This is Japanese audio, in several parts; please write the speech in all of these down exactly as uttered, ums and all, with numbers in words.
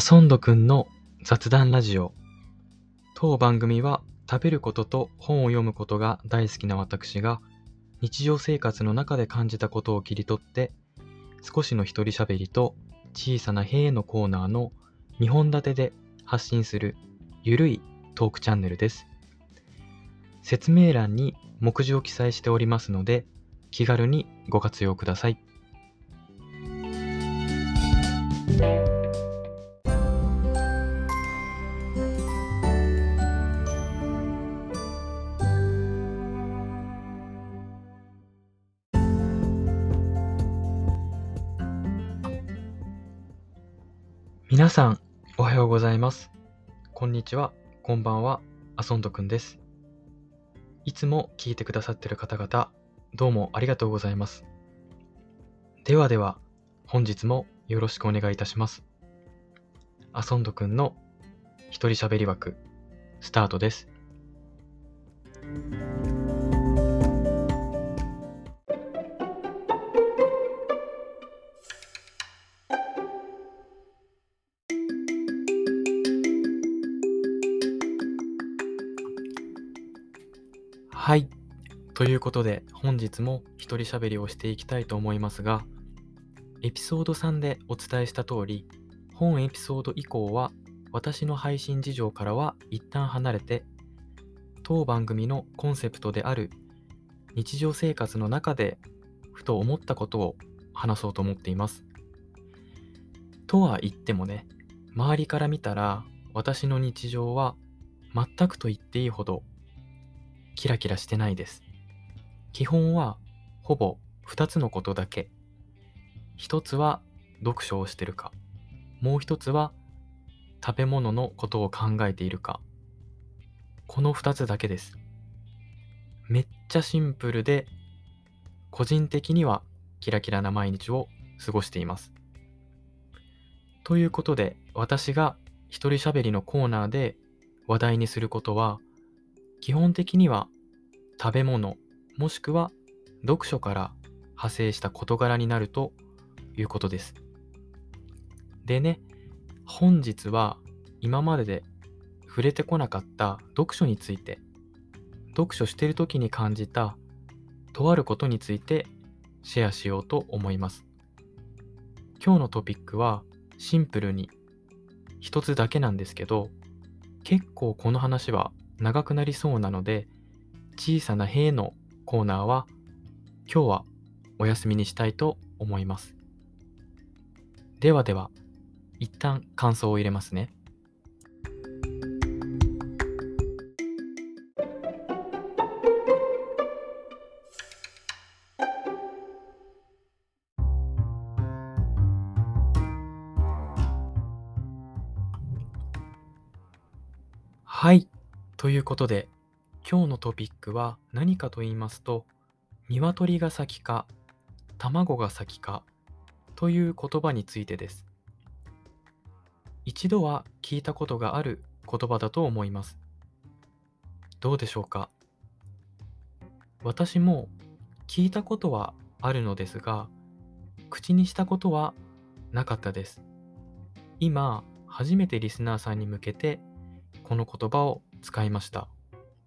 遊んどくんの雑談ラジオ。当番組は食べることと本を読むことが大好きな私が日常生活の中で感じたことを切り取って少しの一人喋りと小さなへーのコーナーのにほん立てで発信するゆるいトークチャンネルです。説明欄に目次を記載しておりますので気軽にご活用ください。皆さんおはようございます。こんにちは、こんばんは、あそんどくんです。いつも聞いてくださっている方々、どうもありがとうございます。ではでは、本日もよろしくお願いいたします。あそんどくんの一人喋り枠、スタートです。はい。ということで、本日も一人喋りをしていきたいと思いますが、エピソードさんでお伝えした通り、本エピソード以降は、私の配信事情からは一旦離れて、当番組のコンセプトである日常生活の中でふと思ったことを話そうと思っています。とは言ってもね、周りから見たら私の日常は全くと言っていいほどキラキラしてないです。基本はほぼふたつのことだけ。一つは読書をしてるか、もう一つは食べ物のことを考えているか。このふたつだけです。めっちゃシンプルで、個人的にはキラキラな毎日を過ごしています。ということで、私が一人喋りのコーナーで話題にすることは、基本的には食べ物もしくは読書から派生した事柄になるということです。でね、本日は今までで触れてこなかった読書について、読書している時に感じたとあることについてシェアしようと思います。今日のトピックはシンプルに一つだけなんですけど、結構この話は長くなりそうなので、小さなへーのコーナーは今日はお休みにしたいと思います。ではでは、一旦感想を入れますね。はい。ということで、今日のトピックは何かと言いますと、鶏が先か、卵が先かという言葉についてです。一度は聞いたことがある言葉だと思います。どうでしょうか？私も聞いたことはあるのですが、口にしたことはなかったです。今、初めてリスナーさんに向けてこの言葉を使いました。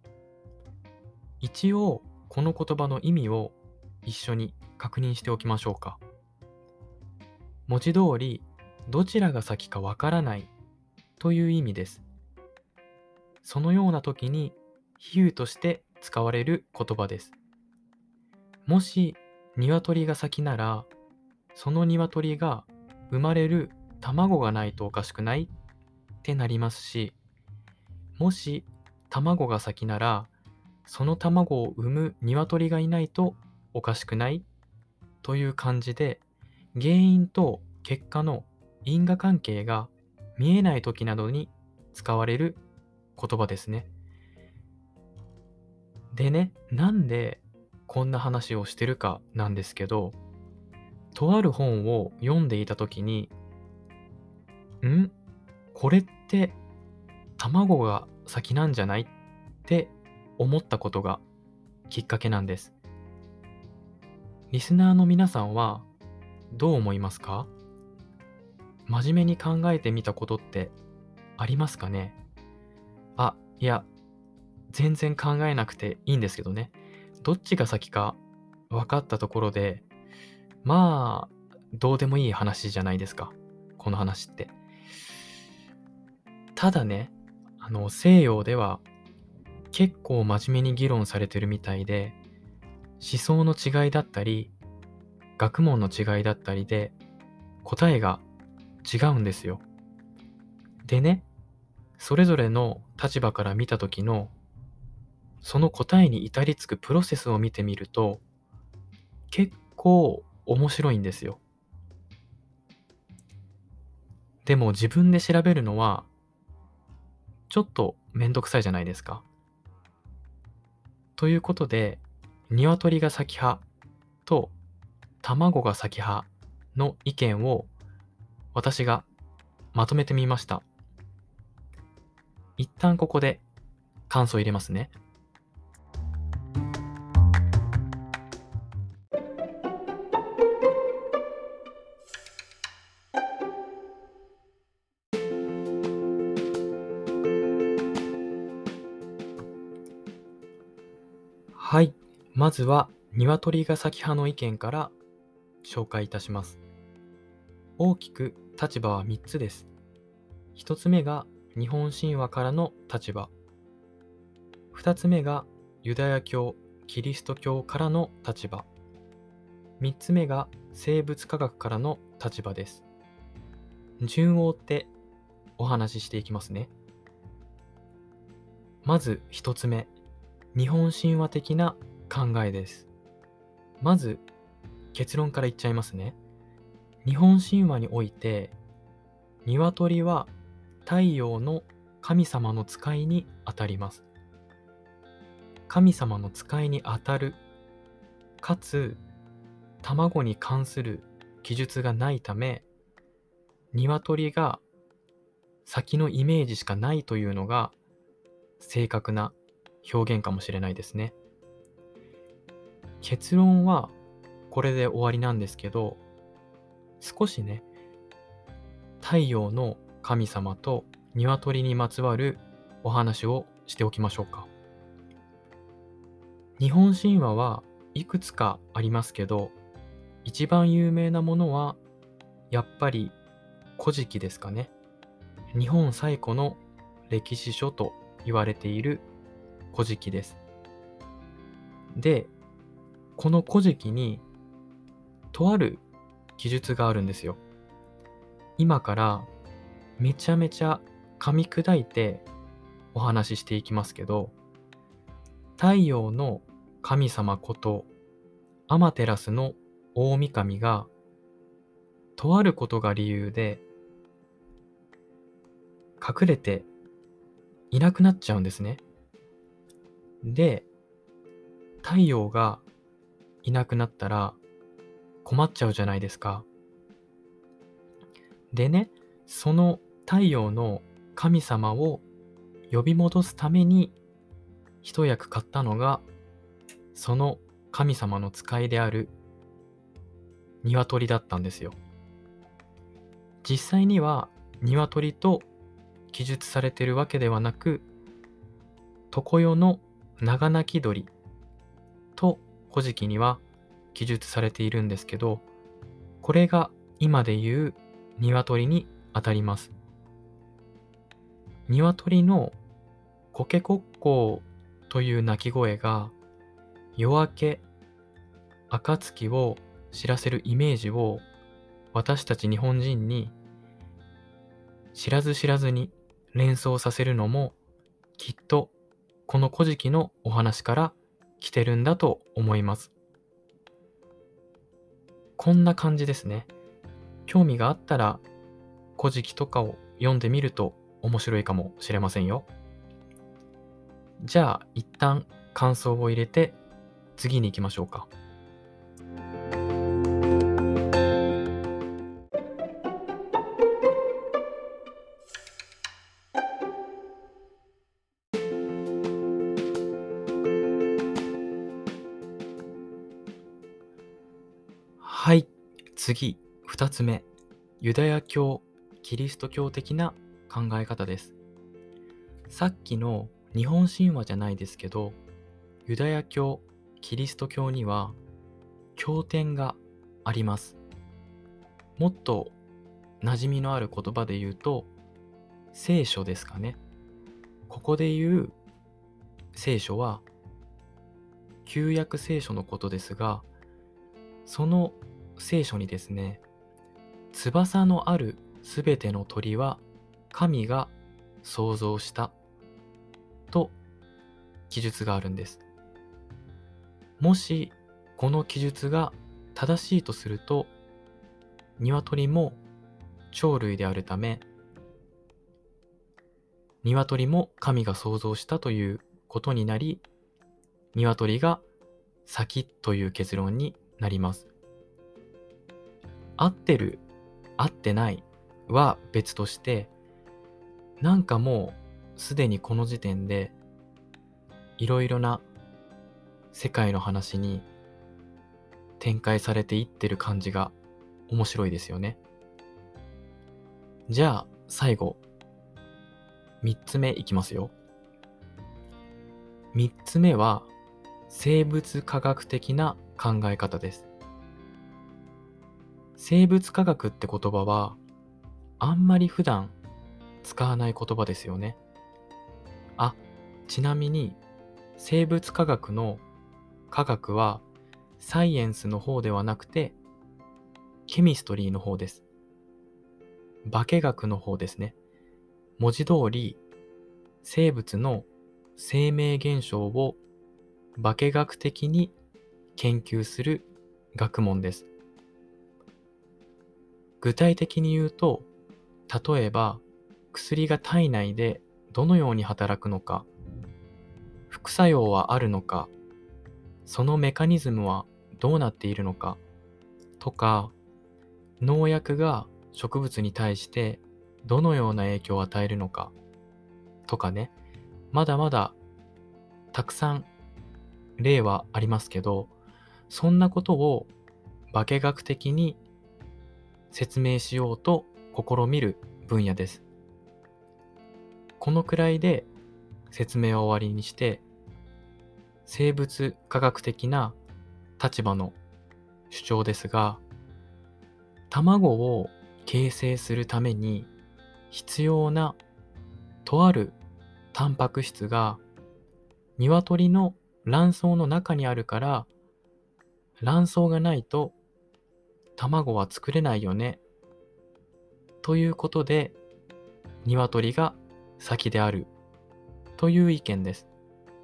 一応、この言葉の意味を一緒に確認しておきましょうか。文字通り、どちらが先かわからないという意味です。そのような時に比喩として使われる言葉です。もし鶏が先なら、その鶏が生まれる卵がないとおかしくないってなりますし、もし卵が先なら、その卵を産む鶏がいないとおかしくないという感じで、原因と結果の因果関係が見えない時などに使われる言葉ですね。でね、なんでこんな話をしてるかなんですけど、とある本を読んでいた時に、んこれって卵が先なんじゃないって思ったことがきっかけなんです。リスナーの皆さんはどう思いますか？ 真面目に考えてみたことってありますかね？あ、いや、全然考えなくていいんですけどね。どっちが先か分かったところで、まあ、どうでもいい話じゃないですか。この話って。ただね、あの、西洋では結構真面目に議論されてるみたいで、思想の違いだったり、学問の違いだったりで、答えが違うんですよ。でね、それぞれの立場から見た時の、その答えに至りつくプロセスを見てみると、結構面白いんですよ。でも自分で調べるのは、ちょっとめんどくさいじゃないですか。ということで、鶏が先派と卵が先派の意見を私がまとめてみました。一旦ここで感想を入れますね。はい。まずは鶏が先派の意見から紹介いたします。大きく立場はみっつです。ひとつめが日本神話からの立場。ふたつめがユダヤ教、キリスト教からの立場。みっつめが生物科学からの立場です。順を追ってお話ししていきますね。まずひとつめ、日本神話的な考えです。まず結論から言っちゃいますね。日本神話において、鶏は太陽の神様の使いにあたります。神様の使いにあたる、かつ卵に関する記述がないため、鶏が先のイメージしかないというのが正確な表現かもしれないですね。結論はこれで終わりなんですけど、少しね、太陽の神様と鶏にまつわるお話をしておきましょうか。日本神話はいくつかありますけど、一番有名なものはやっぱり古事記ですかね。日本最古の歴史書と言われている古事記です。で、この古事記にとある記述があるんですよ。今からめちゃめちゃ噛み砕いてお話ししていきますけど、太陽の神様ことアマテラスの大神がとあることが理由で隠れていなくなっちゃうんですね。で、太陽がいなくなったら困っちゃうじゃないですか。でね、その太陽の神様を呼び戻すために一役買ったのが、その神様の使いである鶏だったんですよ。実際には鶏と記述されているわけではなく、常世の長鳴き鳥と古事記には記述されているんですけど、これが今で言う鶏にあたります。鶏のコケコッコーという鳴き声が夜明け、暁を知らせるイメージを私たち日本人に知らず知らずに連想させるのも、きっとこの古事記のお話から来てるんだと思います。こんな感じですね。興味があったら古事記とかを読んでみると面白いかもしれませんよ。じゃあ一旦感想を入れて次に行きましょうか。はい、次、二つ目。ユダヤ教、 キリスト教的な考え方です。さっきの日本神話じゃないですけど、ユダヤ教、キリスト教には経典があります。もっと馴染みのある言葉で言うと、聖書ですかね。ここで言う聖書は旧約聖書のことですが、その聖書にですね、翼のあるすべての鳥は神が創造したと記述があるんです。もしこの記述が正しいとすると、鶏も鳥類であるため、鶏も神が創造したということになり、鶏が先という結論になります。合ってる、合ってないは別として、なんかもうすでにこの時点でいろいろな世界の話に展開されていってる感じが面白いですよね。じゃあ最後、みっつめいきますよ。みっつめは生物科学的な考え方です。生物科学って言葉はあんまり普段使わない言葉ですよね。あ、ちなみに生物科学の科学はサイエンスの方ではなくてケミストリーの方です。化学の方ですね。文字通り生物の生命現象を化学的に研究する学問です。具体的に言うと、例えば薬が体内でどのように働くのか、副作用はあるのか、そのメカニズムはどうなっているのかとか、農薬が植物に対してどのような影響を与えるのかとかね、まだまだたくさん例はありますけど、そんなことを化学的に説明しようと試みる分野です。このくらいで説明は終わりにして、生物科学的な立場の主張ですが、卵を形成するために必要なとあるタンパク質が鶏の卵巣の中にあるから、卵巣がないと卵は作れないよねということで、鶏が先であるという意見です。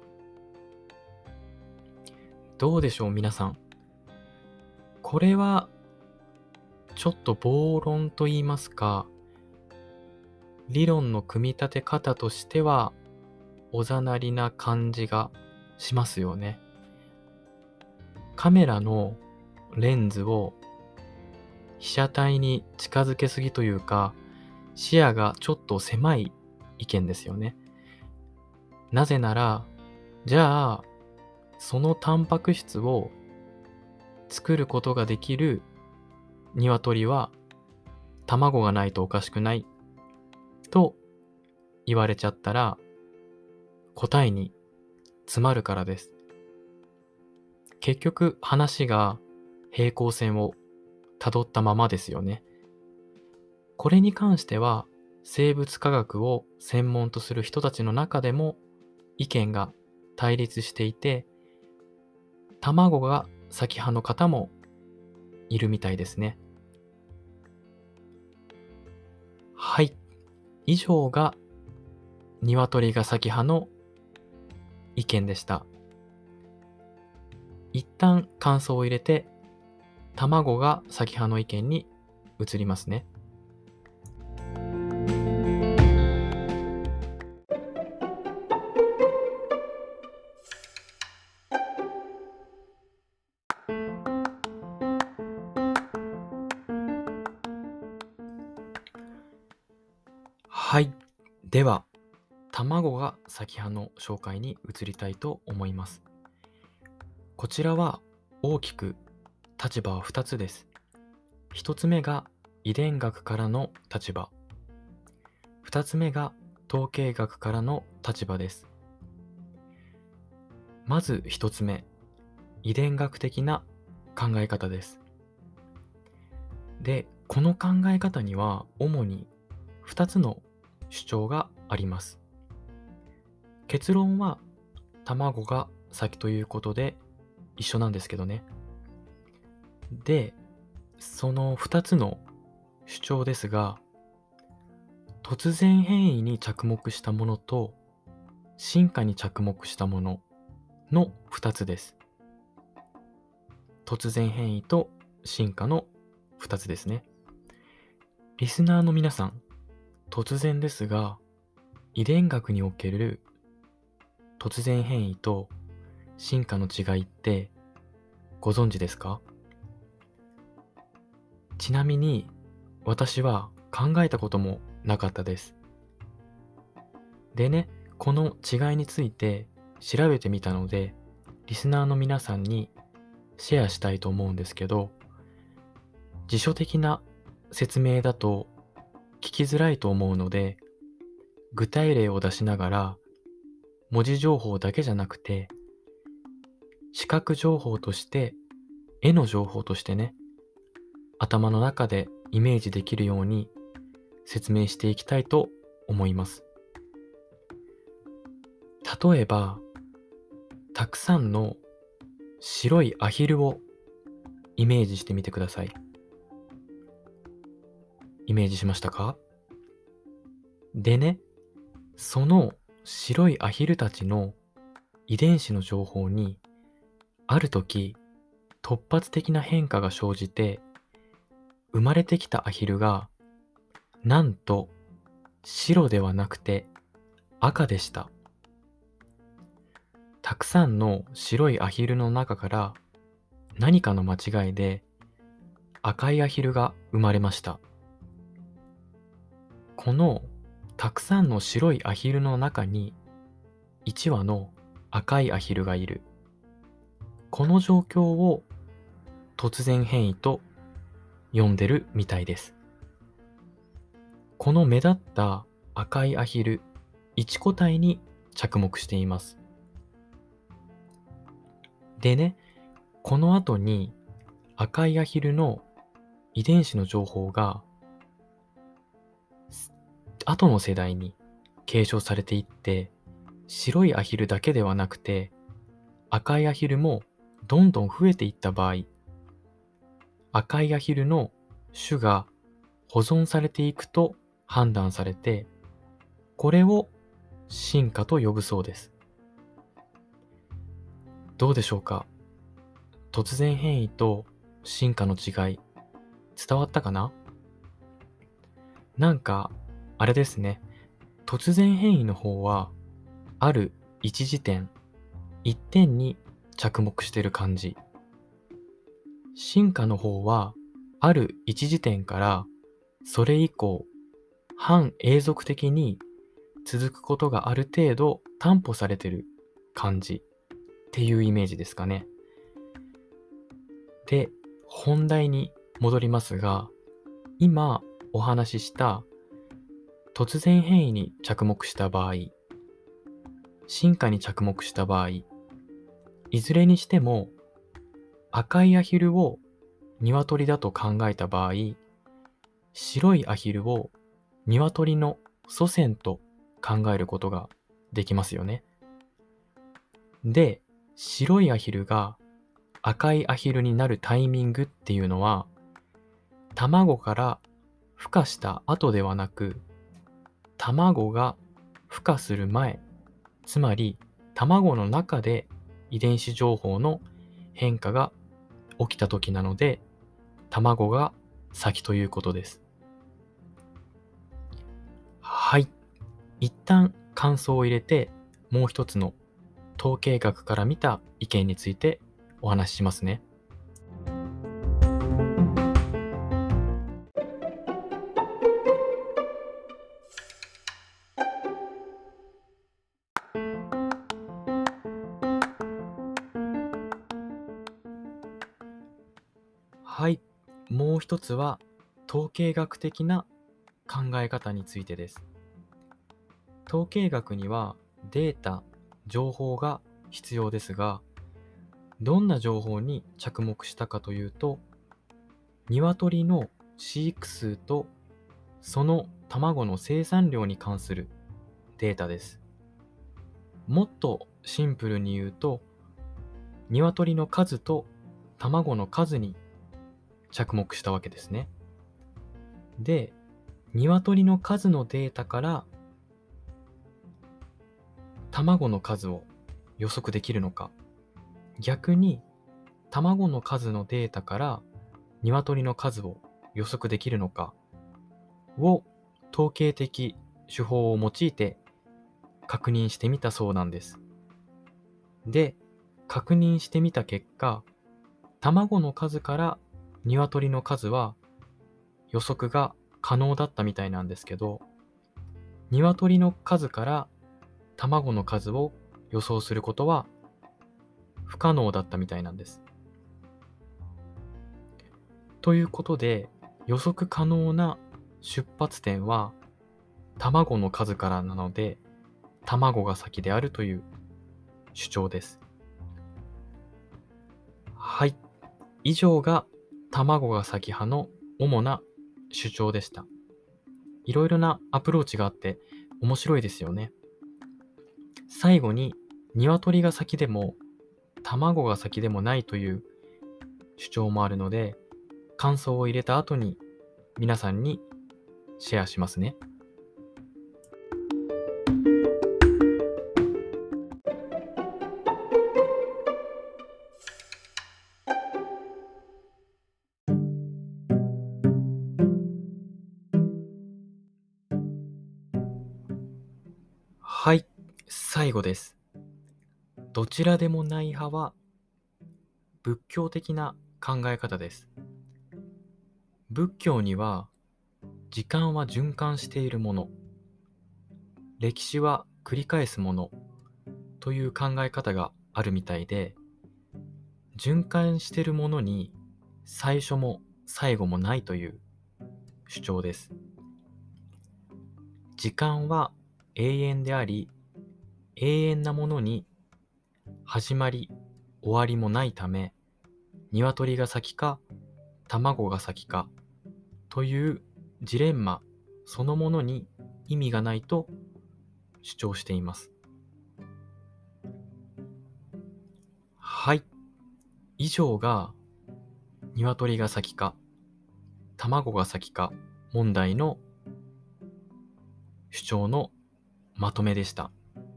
どうでしょう皆さん。これはちょっと暴論と言いますか、理論の組み立て方としてはおざなりな感じがしますよね。カメラのレンズを被写体に近づけすぎというか、視野がちょっと狭い意見ですよね。なぜなら、じゃあそのタンパク質を作ることができる鶏は卵がないとおかしくないと言われちゃったら、答えに詰まるからです。結局話が平行線をたどったままですよね。これに関しては生物科学を専門とする人たちの中でも意見が対立していて、卵が先派の方もいるみたいですね。はい。以上が鶏が先派の意見でした。一旦感想を入れて、卵が先派の意見に移りますね。はい。では、卵が先派の紹介に移りたいと思います。こちらは大きく立場はふたつです。ひとつめが遺伝学からの立場。 ふたつめが統計学からの立場です。まずひとつめ、遺伝学的な考え方です。で、この考え方には主にふたつの主張があります。結論は卵が先ということで一緒なんですけどね。で、そのふたつの主張ですが、突然変異に着目したものと進化に着目したもののふたつです。突然変異と進化のふたつですね。リスナーの皆さん、突然ですが、遺伝学における突然変異と進化の違いってご存知ですか？ちなみに私は考えたこともなかったです。でね、この違いについて調べてみたので、リスナーの皆さんにシェアしたいと思うんですけど、辞書的な説明だと聞きづらいと思うので、具体例を出しながら、文字情報だけじゃなくて、視覚情報として、絵の情報としてね、頭の中でイメージできるように説明していきたいと思います。例えば、たくさんの白いアヒルをイメージしてみてください。イメージしましたか？でね、その白いアヒルたちの遺伝子の情報に、ある時、突発的な変化が生じて、生まれてきたアヒルが、なんと白ではなくて赤でした。たくさんの白いアヒルの中から何かの間違いで赤いアヒルが生まれました。このたくさんの白いアヒルの中にいち羽の赤いアヒルがいる。この状況を突然変異と呼んでるみたいです。この目立った赤いアヒルいち個体に着目しています。でね、この後に赤いアヒルの遺伝子の情報が後の世代に継承されていって、白いアヒルだけではなくて赤いアヒルもどんどん増えていった場合、赤いアヒルの種が保存されていくと判断されて、これを進化と呼ぶそうです。どうでしょうか？突然変異と進化の違い、伝わったかな？なんか、あれですね。突然変異の方は、ある一時点、一点に着目してる感じ。進化の方は、ある一時点から、それ以降、半永続的に続くことがある程度担保されてる感じっていうイメージですかね。で、本題に戻りますが、今お話しした突然変異に着目した場合、進化に着目した場合、いずれにしても赤いアヒルを鶏だと考えた場合、白いアヒルを鶏の祖先と考えることができますよね。で、白いアヒルが赤いアヒルになるタイミングっていうのは、卵から孵化した後ではなく、卵が孵化する前、つまり卵の中で遺伝子情報の変化が起きた時なので、卵が先ということです。はい。一旦感想を入れて、もう一つの統計学から見た意見についてお話ししますね。はい。もう一つは統計学的な考え方についてです。 統計学にはデータ、情報が必要ですが、どんな情報に着目したかというと、鶏の飼育数とその卵の生産量に関するデータです。もっとシンプルに言うと、鶏の数と卵の数に着目したわけですね。で、鶏の数のデータから卵の数を予測できるのか、逆に卵の数のデータから鶏の数を予測できるのかを統計的手法を用いて確認してみたそうなんです。で、確認してみた結果、卵の数から鶏の数は予測が可能だったみたいなんですけど、鶏の数から卵の数を予想することは不可能だったみたいなんです。ということで、予測可能な出発点は卵の数からなので、卵が先であるという主張です。はい。以上が卵が先派の主な主張でした。いろいろなアプローチがあって面白いですよね。最後に、鶏が先でも卵が先でもないという主張もあるので、感想を入れた後に皆さんにシェアしますね。はい、最後です。どちらでもない派は仏教的な考え方です。仏教には時間は循環しているもの、歴史は繰り返すものという考え方があるみたいで、循環しているものに最初も最後もないという主張です。時間は永遠であり、永遠なものに始まり終わりもないため、鶏が先か卵が先かというジレンマそのものに意味がないと主張しています。はい。以上が鶏が先か卵が先か問題の主張のまとめでした。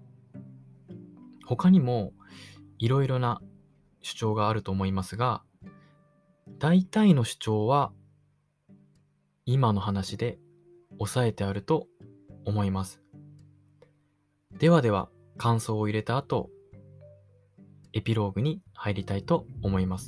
他にもいろいろな主張があると思いますが、大体の主張は今の話で押さえてあると思います。ではでは、感想を入れた後、エピローグに入りたいと思います。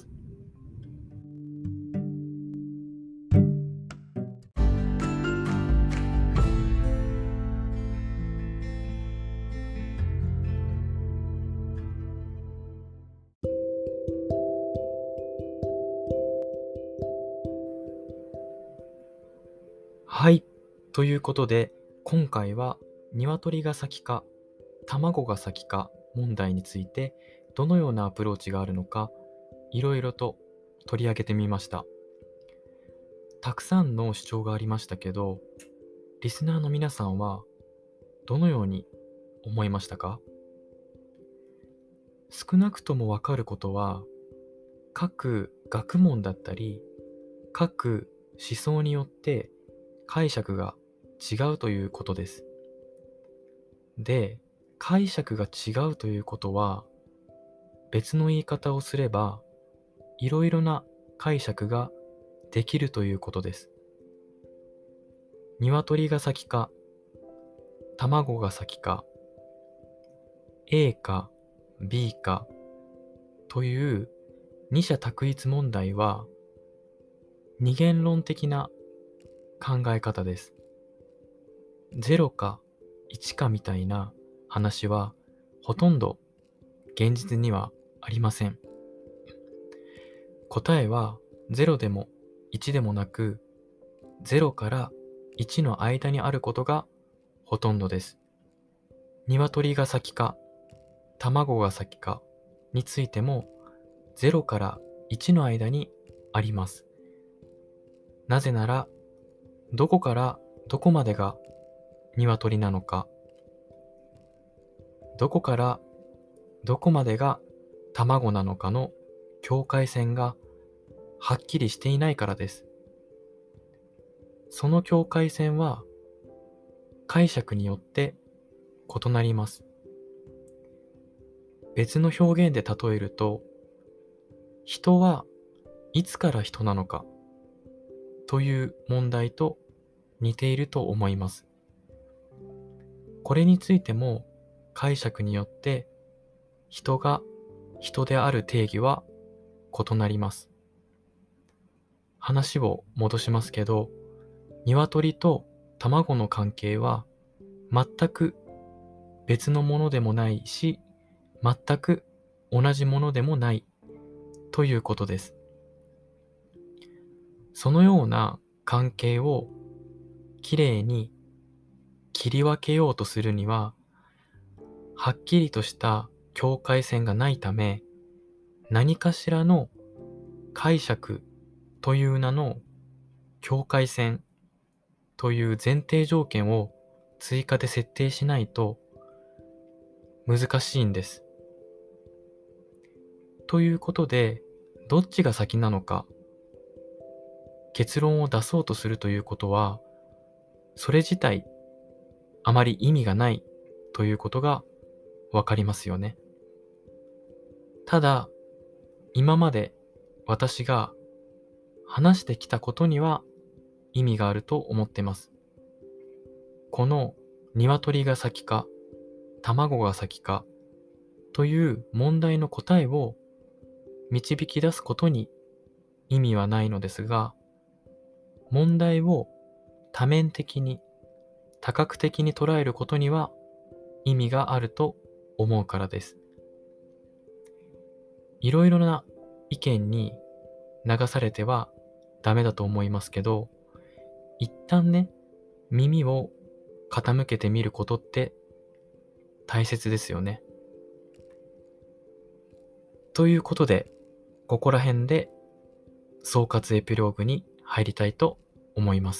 はい。ということで、今回は鶏が先か卵が先か問題についてどのようなアプローチがあるのか、いろいろと取り上げてみました。たくさんの主張がありましたけど、リスナーの皆さんはどのように思いましたか？少なくともわかることは、各学問だったり、各思想によって解釈が違うということです。で、解釈が違うということは、別の言い方をすれば、いろいろな解釈ができるということです。鶏が先か、卵が先か、A か B かという二者択一問題は、二元論的な考え方です。ゼロかいちかみたいな話はほとんど現実にはありません。答えはゼロでもいちでもなく、ゼロからいちの間にあることがほとんどです。 鶏が先か卵が先かについてもゼロからいちの間にあります。なぜなら、どこからどこまでが鶏なのか、どこからどこまでが卵なのかの境界線がはっきりしていないからです。その境界線は解釈によって異なります。別の表現で例えると、人はいつから人なのかという問題と似ていると思います。これについても解釈によって人が人である定義は異なります。話を戻しますけど、鶏と卵の関係は全く別のものでもないし、全く同じものでもないということです。そのような関係をきれいに切り分けようとするには、はっきりとした境界線がないため、何かしらの解釈という名の境界線という前提条件を追加で設定しないと難しいんです。ということで、どっちが先なのか結論を出そうとするということは、それ自体あまり意味がないということがわかりますよね。ただ、今まで私が話してきたことには意味があると思ってます。この鶏が先か卵が先かという問題の答えを導き出すことに意味はないのですが、問題を多面的に多角的に捉えることには意味があると思うからです。いろいろな意見に流されてはダメだと思いますけど、一旦ね、耳を傾けてみることって大切ですよね。ということで、ここら辺で総括エピローグに入りたいと思います。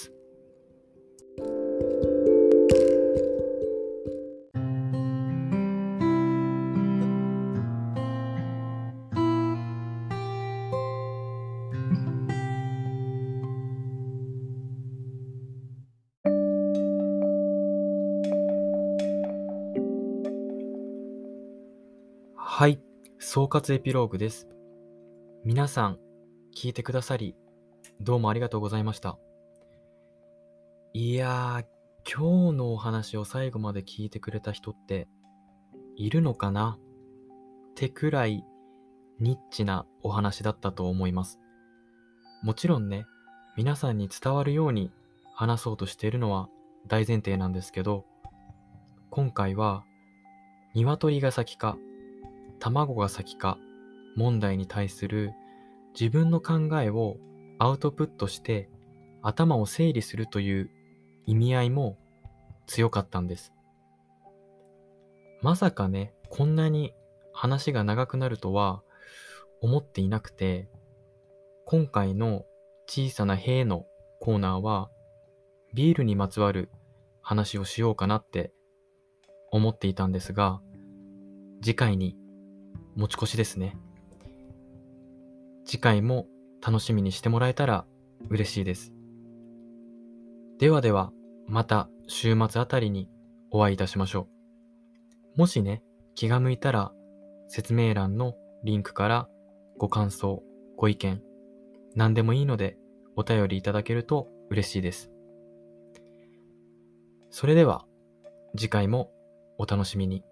はい、総括エピローグです。皆さん、聞いてくださり、どうもありがとうございました。いやー、今日のお話を最後まで聞いてくれた人っているのかなってくらいニッチなお話だったと思います。もちろんね、皆さんに伝わるように話そうとしているのは大前提なんですけど、今回は鶏が先か卵が先か問題に対する自分の考えをアウトプットして頭を整理するという意味合いも強かったんです。まさかね、こんなに話が長くなるとは思っていなくて、今回の小さな兵のコーナーはビールにまつわる話をしようかなって思っていたんですが、次回に持ち越しですね。次回も楽しみにしてもらえたら嬉しいです。ではでは、また週末あたりにお会いいたしましょう。もしね、気が向いたら説明欄のリンクからご感想、ご意見、何でもいいのでお便りいただけると嬉しいです。それでは次回もお楽しみに。